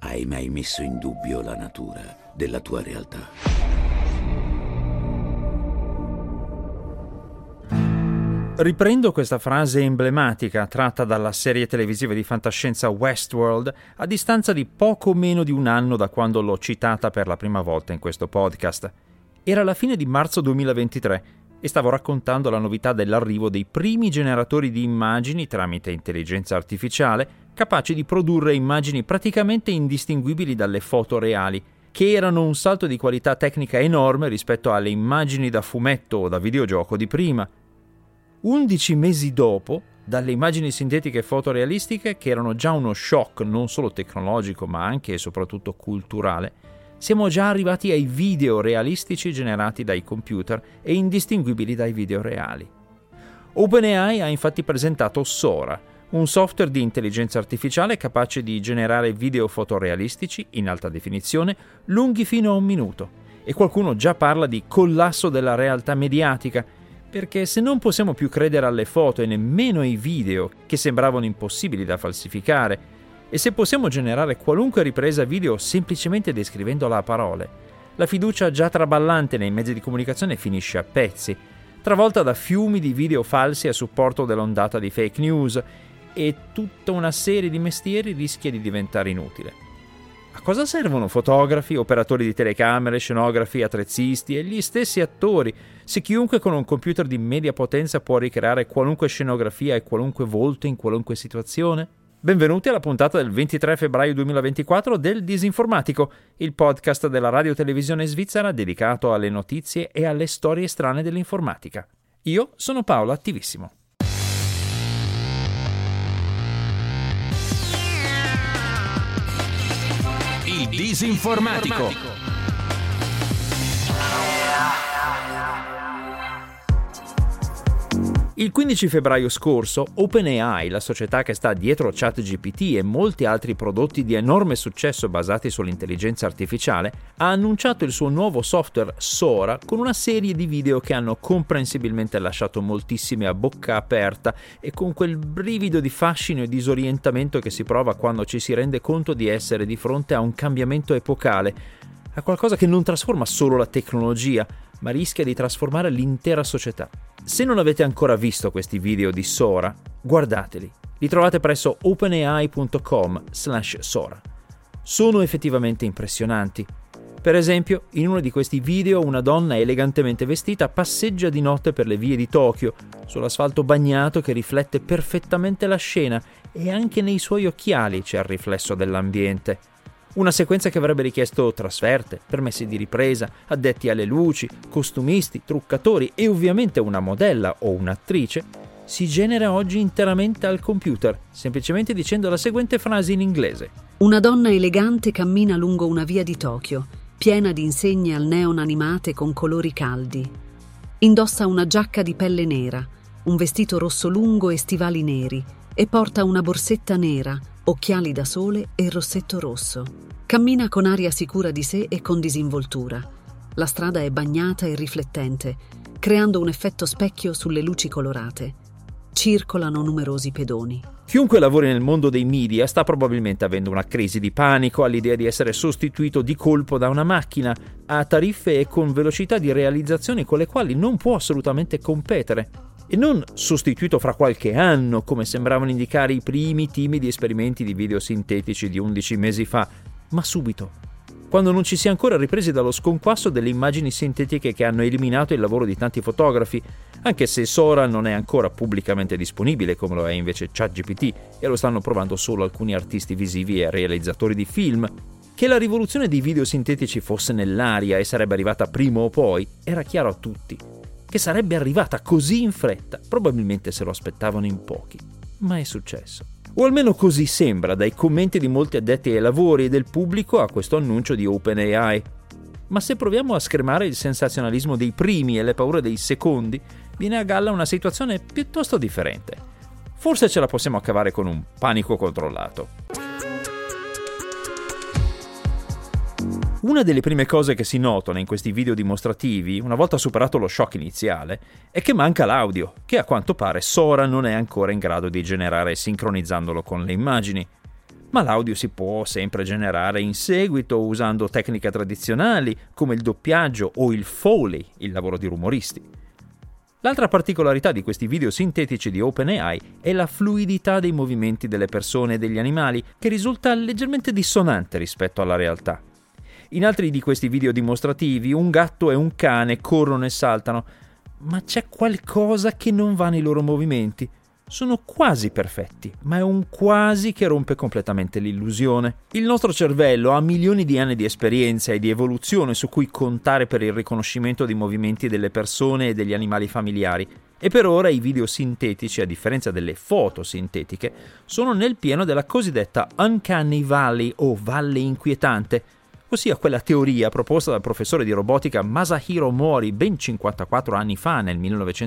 Hai mai messo in dubbio la natura della tua realtà? Riprendo questa frase emblematica tratta dalla serie televisiva di fantascienza Westworld a distanza di poco meno di un anno da quando l'ho citata per la prima volta in questo podcast. Era la fine di marzo 2023 e stavo raccontando la novità dell'arrivo dei primi generatori di immagini tramite intelligenza artificiale capaci di produrre immagini praticamente indistinguibili dalle foto reali, che erano un salto di qualità tecnica enorme rispetto alle immagini da fumetto o da videogioco di prima. 11 mesi dopo, dalle immagini sintetiche fotorealistiche, che erano già uno shock non solo tecnologico ma anche e soprattutto culturale, siamo già arrivati ai video realistici generati dai computer e indistinguibili dai video reali. OpenAI ha infatti presentato Sora, un software di intelligenza artificiale capace di generare video fotorealistici in alta definizione lunghi fino a 1 minuto, e qualcuno già parla di collasso della realtà mediatica, perché se non possiamo più credere alle foto e nemmeno ai video che sembravano impossibili da falsificare, e se possiamo generare qualunque ripresa video semplicemente descrivendola a parole, la fiducia già traballante nei mezzi di comunicazione finisce a pezzi, travolta da fiumi di video falsi a supporto dell'ondata di fake news, e tutta una serie di mestieri rischia di diventare inutile. A cosa servono fotografi, operatori di telecamere, scenografi, attrezzisti e gli stessi attori, se chiunque con un computer di media potenza può ricreare qualunque scenografia e qualunque volto in qualunque situazione? Benvenuti alla puntata del 23 febbraio 2024 del Disinformatico, il podcast della radio-televisione svizzera dedicato alle notizie e alle storie strane dell'informatica. Io sono Paolo Attivissimo. Il Disinformatico. Il 15 febbraio scorso, OpenAI, la società che sta dietro ChatGPT e molti altri prodotti di enorme successo basati sull'intelligenza artificiale, ha annunciato il suo nuovo software Sora con una serie di video che hanno comprensibilmente lasciato moltissimi a bocca aperta e con quel brivido di fascino e disorientamento che si prova quando ci si rende conto di essere di fronte a un cambiamento epocale, a qualcosa che non trasforma solo la tecnologia, ma rischia di trasformare l'intera società. Se non avete ancora visto questi video di Sora, guardateli. Li trovate presso openai.com/Sora. Sono effettivamente impressionanti. Per esempio, in uno di questi video una donna elegantemente vestita passeggia di notte per le vie di Tokyo, sull'asfalto bagnato che riflette perfettamente la scena, e anche nei suoi occhiali c'è il riflesso dell'ambiente. Una sequenza che avrebbe richiesto trasferte, permessi di ripresa, addetti alle luci, costumisti, truccatori e ovviamente una modella o un'attrice, si genera oggi interamente al computer, semplicemente dicendo la seguente frase in inglese. Una donna elegante cammina lungo una via di Tokyo, piena di insegne al neon animate con colori caldi. Indossa una giacca di pelle nera, un vestito rosso lungo e stivali neri, e porta una borsetta nera, occhiali da sole e rossetto rosso. Cammina con aria sicura di sé e con disinvoltura. La strada è bagnata e riflettente, creando un effetto specchio sulle luci colorate. Circolano numerosi pedoni. Chiunque lavori nel mondo dei media sta probabilmente avendo una crisi di panico all'idea di essere sostituito di colpo da una macchina, a tariffe e con velocità di realizzazione con le quali non può assolutamente competere. E non sostituito fra qualche anno, come sembravano indicare i primi timidi esperimenti di video sintetici di 11 mesi fa, ma subito, quando non ci si è ancora ripresi dallo sconquasso delle immagini sintetiche che hanno eliminato il lavoro di tanti fotografi, anche se Sora non è ancora pubblicamente disponibile come lo è invece ChatGPT e lo stanno provando solo alcuni artisti visivi e realizzatori di film. Che la rivoluzione dei video sintetici fosse nell'aria e sarebbe arrivata prima o poi era chiaro a tutti. Che sarebbe arrivata così in fretta, probabilmente se lo aspettavano in pochi, ma è successo. O almeno così sembra dai commenti di molti addetti ai lavori e del pubblico a questo annuncio di OpenAI. Ma se proviamo a scremare il sensazionalismo dei primi e le paure dei secondi, viene a galla una situazione piuttosto differente. Forse ce la possiamo cavare con un panico controllato. Una delle prime cose che si notano in questi video dimostrativi, una volta superato lo shock iniziale, è che manca l'audio, che a quanto pare Sora non è ancora in grado di generare sincronizzandolo con le immagini. Ma l'audio si può sempre generare in seguito usando tecniche tradizionali come il doppiaggio o il Foley, il lavoro di rumoristi. L'altra particolarità di questi video sintetici di OpenAI è la fluidità dei movimenti delle persone e degli animali, che risulta leggermente dissonante rispetto alla realtà. In altri di questi video dimostrativi un gatto e un cane corrono e saltano, ma c'è qualcosa che non va nei loro movimenti. Sono quasi perfetti, ma è un quasi che rompe completamente l'illusione. Il nostro cervello ha milioni di anni di esperienza e di evoluzione su cui contare per il riconoscimento dei movimenti delle persone e degli animali familiari, e per ora i video sintetici, a differenza delle foto sintetiche, sono nel pieno della cosiddetta Uncanny Valley o Valle Inquietante, ossia quella teoria proposta dal professore di robotica Masahiro Mori ben 54 anni fa, nel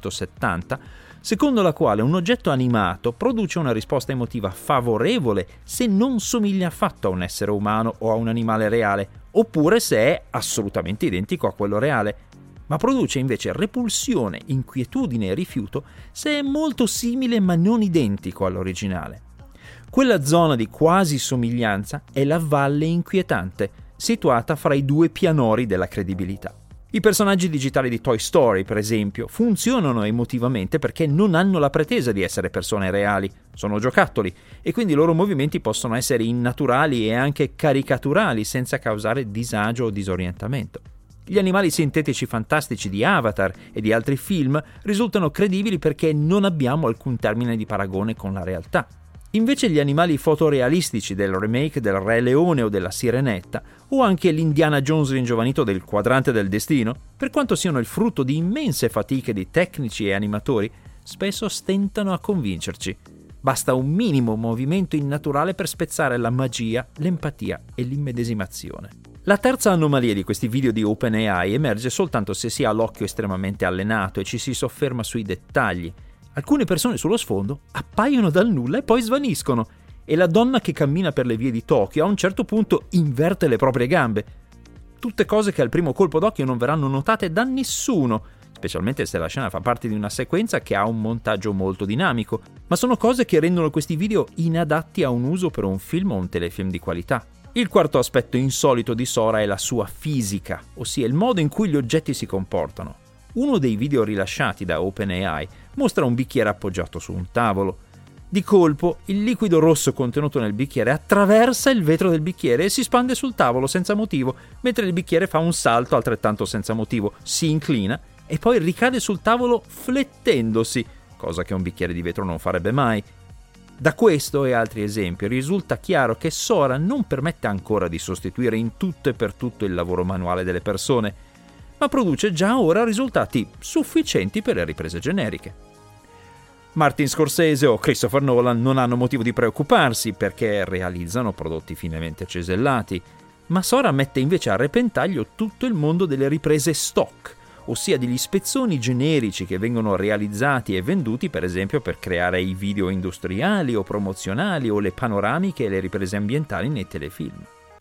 1970, secondo la quale un oggetto animato produce una risposta emotiva favorevole se non somiglia affatto a un essere umano o a un animale reale, oppure se è assolutamente identico a quello reale, ma produce invece repulsione, inquietudine e rifiuto se è molto simile ma non identico all'originale. Quella zona di quasi somiglianza è la Valle Inquietante, situata fra i due pianori della credibilità. I personaggi digitali di Toy Story, per esempio, funzionano emotivamente perché non hanno la pretesa di essere persone reali, sono giocattoli, e quindi i loro movimenti possono essere innaturali e anche caricaturali senza causare disagio o disorientamento. Gli animali sintetici fantastici di Avatar e di altri film risultano credibili perché non abbiamo alcun termine di paragone con la realtà. Invece gli animali fotorealistici del remake del Re Leone o della Sirenetta, o anche l'Indiana Jones ringiovanito del Quadrante del Destino, per quanto siano il frutto di immense fatiche di tecnici e animatori, spesso stentano a convincerci. Basta un minimo movimento innaturale per spezzare la magia, l'empatia e l'immedesimazione. La terza anomalia di questi video di OpenAI emerge soltanto se si ha l'occhio estremamente allenato e ci si sofferma sui dettagli. Alcune persone sullo sfondo appaiono dal nulla e poi svaniscono, e la donna che cammina per le vie di Tokyo a un certo punto inverte le proprie gambe. Tutte cose che al primo colpo d'occhio non verranno notate da nessuno, specialmente se la scena fa parte di una sequenza che ha un montaggio molto dinamico, ma sono cose che rendono questi video inadatti a un uso per un film o un telefilm di qualità. Il quarto aspetto insolito di Sora è la sua fisica, ossia il modo in cui gli oggetti si comportano. Uno dei video rilasciati da OpenAI mostra un bicchiere appoggiato su un tavolo. Di colpo, il liquido rosso contenuto nel bicchiere attraversa il vetro del bicchiere e si spande sul tavolo senza motivo, mentre il bicchiere fa un salto altrettanto senza motivo, si inclina e poi ricade sul tavolo flettendosi, cosa che un bicchiere di vetro non farebbe mai. Da questo e altri esempi risulta chiaro che Sora non permette ancora di sostituire in tutto e per tutto il lavoro manuale delle persone, ma produce già ora risultati sufficienti per le riprese generiche. Martin Scorsese o Christopher Nolan non hanno motivo di preoccuparsi perché realizzano prodotti finemente cesellati, ma Sora mette invece a repentaglio tutto il mondo delle riprese stock, ossia degli spezzoni generici che vengono realizzati e venduti per esempio per creare i video industriali o promozionali o le panoramiche e le riprese ambientali nei telefilm.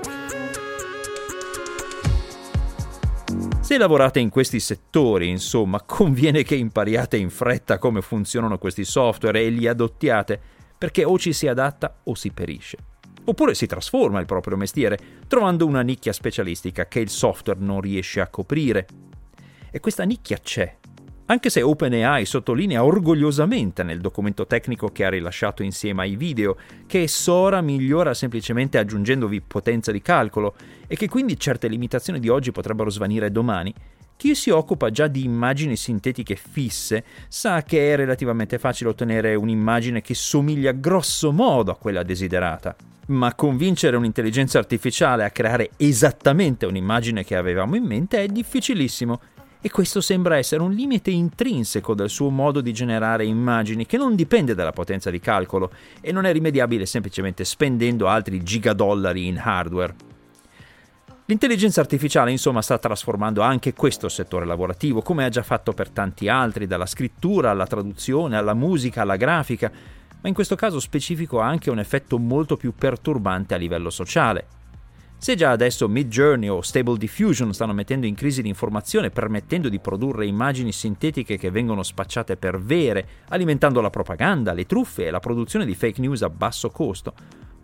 Se lavorate in questi settori, insomma, conviene che impariate in fretta come funzionano questi software e li adottiate, perché o ci si adatta o si perisce. Oppure si trasforma il proprio mestiere, trovando una nicchia specialistica che il software non riesce a coprire. E questa nicchia c'è, anche se OpenAI sottolinea orgogliosamente nel documento tecnico che ha rilasciato insieme ai video che Sora migliora semplicemente aggiungendovi potenza di calcolo e che quindi certe limitazioni di oggi potrebbero svanire domani. Chi si occupa già di immagini sintetiche fisse sa che è relativamente facile ottenere un'immagine che somiglia grosso modo a quella desiderata, ma convincere un'intelligenza artificiale a creare esattamente un'immagine che avevamo in mente è difficilissimo. E questo sembra essere un limite intrinseco del suo modo di generare immagini che non dipende dalla potenza di calcolo e non è rimediabile semplicemente spendendo altri gigadollari in hardware. L'intelligenza artificiale insomma sta trasformando anche questo settore lavorativo, come ha già fatto per tanti altri, dalla scrittura alla traduzione, alla musica, alla grafica, ma in questo caso specifico ha anche un effetto molto più perturbante a livello sociale. Se già adesso Midjourney o Stable Diffusion stanno mettendo in crisi l'informazione permettendo di produrre immagini sintetiche che vengono spacciate per vere, alimentando la propaganda, le truffe e la produzione di fake news a basso costo,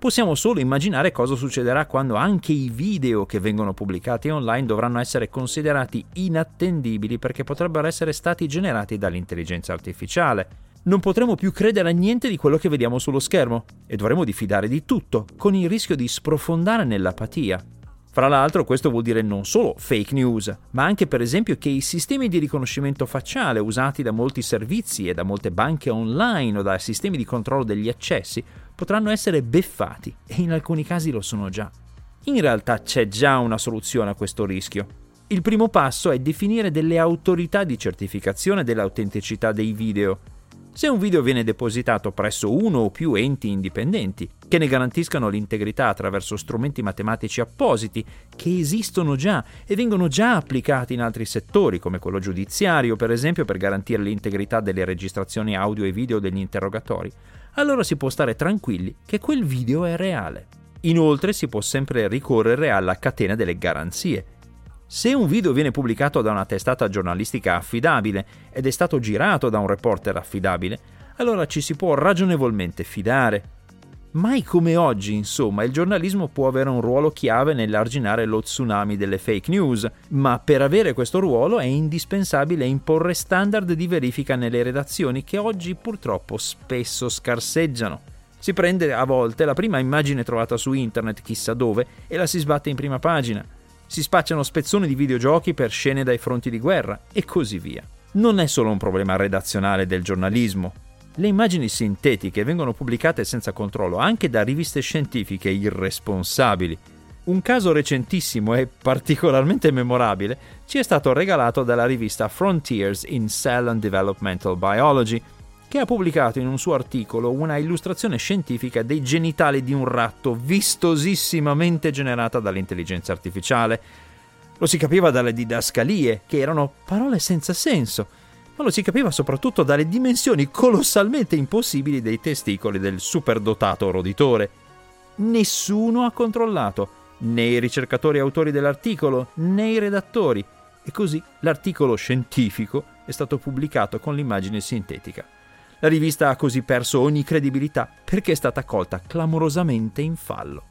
Possiamo solo immaginare cosa succederà quando anche i video che vengono pubblicati online dovranno essere considerati inattendibili perché potrebbero essere stati generati dall'intelligenza artificiale. Non potremo più credere a niente di quello che vediamo sullo schermo e dovremo diffidare di tutto, con il rischio di sprofondare nell'apatia. Fra l'altro questo vuol dire non solo fake news, ma anche per esempio che i sistemi di riconoscimento facciale usati da molti servizi e da molte banche online o da sistemi di controllo degli accessi potranno essere beffati e in alcuni casi lo sono già. In realtà c'è già una soluzione a questo rischio. Il primo passo è definire delle autorità di certificazione dell'autenticità dei video. Se un video viene depositato presso uno o più enti indipendenti, che ne garantiscano l'integrità attraverso strumenti matematici appositi, che esistono già e vengono già applicati in altri settori, come quello giudiziario, per esempio, per garantire l'integrità delle registrazioni audio e video degli interrogatori, allora si può stare tranquilli che quel video è reale. Inoltre si può sempre ricorrere alla catena delle garanzie. Se un video viene pubblicato da una testata giornalistica affidabile ed è stato girato da un reporter affidabile, allora ci si può ragionevolmente fidare. Mai come oggi, insomma, il giornalismo può avere un ruolo chiave nell'arginare lo tsunami delle fake news, ma per avere questo ruolo è indispensabile imporre standard di verifica nelle redazioni che oggi purtroppo spesso scarseggiano. Si prende a volte la prima immagine trovata su internet chissà dove e la si sbatte in prima pagina. Si spacciano spezzoni di videogiochi per scene dai fronti di guerra e così via. Non è solo un problema redazionale del giornalismo. Le immagini sintetiche vengono pubblicate senza controllo anche da riviste scientifiche irresponsabili. Un caso recentissimo e particolarmente memorabile ci è stato regalato dalla rivista Frontiers in Cell and Developmental Biology, che ha pubblicato in un suo articolo una illustrazione scientifica dei genitali di un ratto vistosissimamente generata dall'intelligenza artificiale. Lo si capiva dalle didascalie, che erano parole senza senso, ma lo si capiva soprattutto dalle dimensioni colossalmente impossibili dei testicoli del superdotato roditore. Nessuno ha controllato, né i ricercatori autori dell'articolo, né i redattori, e così l'articolo scientifico è stato pubblicato con l'immagine sintetica. La rivista ha così perso ogni credibilità perché è stata colta clamorosamente in fallo.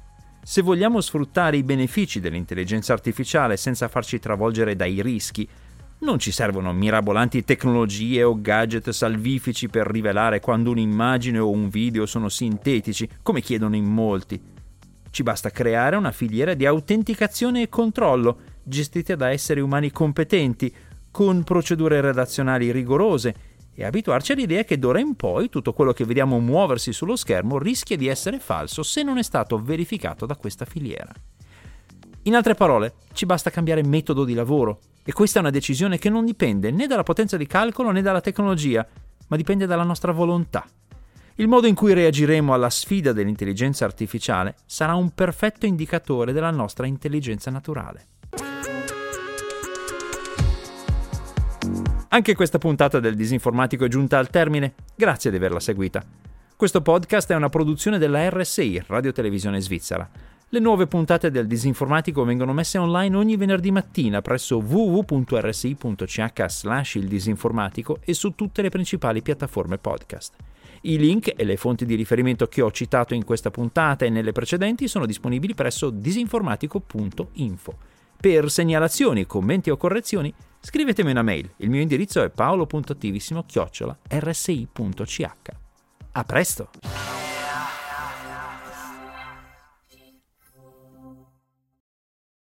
Se vogliamo sfruttare i benefici dell'intelligenza artificiale senza farci travolgere dai rischi, non ci servono mirabolanti tecnologie o gadget salvifici per rivelare quando un'immagine o un video sono sintetici, come chiedono in molti. Ci basta creare una filiera di autenticazione e controllo, gestita da esseri umani competenti, con procedure redazionali rigorose, e abituarci all'idea che d'ora in poi tutto quello che vediamo muoversi sullo schermo rischia di essere falso se non è stato verificato da questa filiera. In altre parole, ci basta cambiare metodo di lavoro, e questa è una decisione che non dipende né dalla potenza di calcolo né dalla tecnologia, ma dipende dalla nostra volontà. Il modo in cui reagiremo alla sfida dell'intelligenza artificiale sarà un perfetto indicatore della nostra intelligenza naturale. Anche questa puntata del Disinformatico è giunta al termine. Grazie di averla seguita. Questo podcast è una produzione della RSI, Radio Televisione Svizzera. Le nuove puntate del Disinformatico vengono messe online ogni venerdì mattina presso www.rsi.ch/ildisinformatico e su tutte le principali piattaforme podcast. I link e le fonti di riferimento che ho citato in questa puntata e nelle precedenti sono disponibili presso disinformatico.info. Per segnalazioni, commenti o correzioni, scrivetemi una mail. Il mio indirizzo è paolo.attivissimo@rsi.ch. A presto!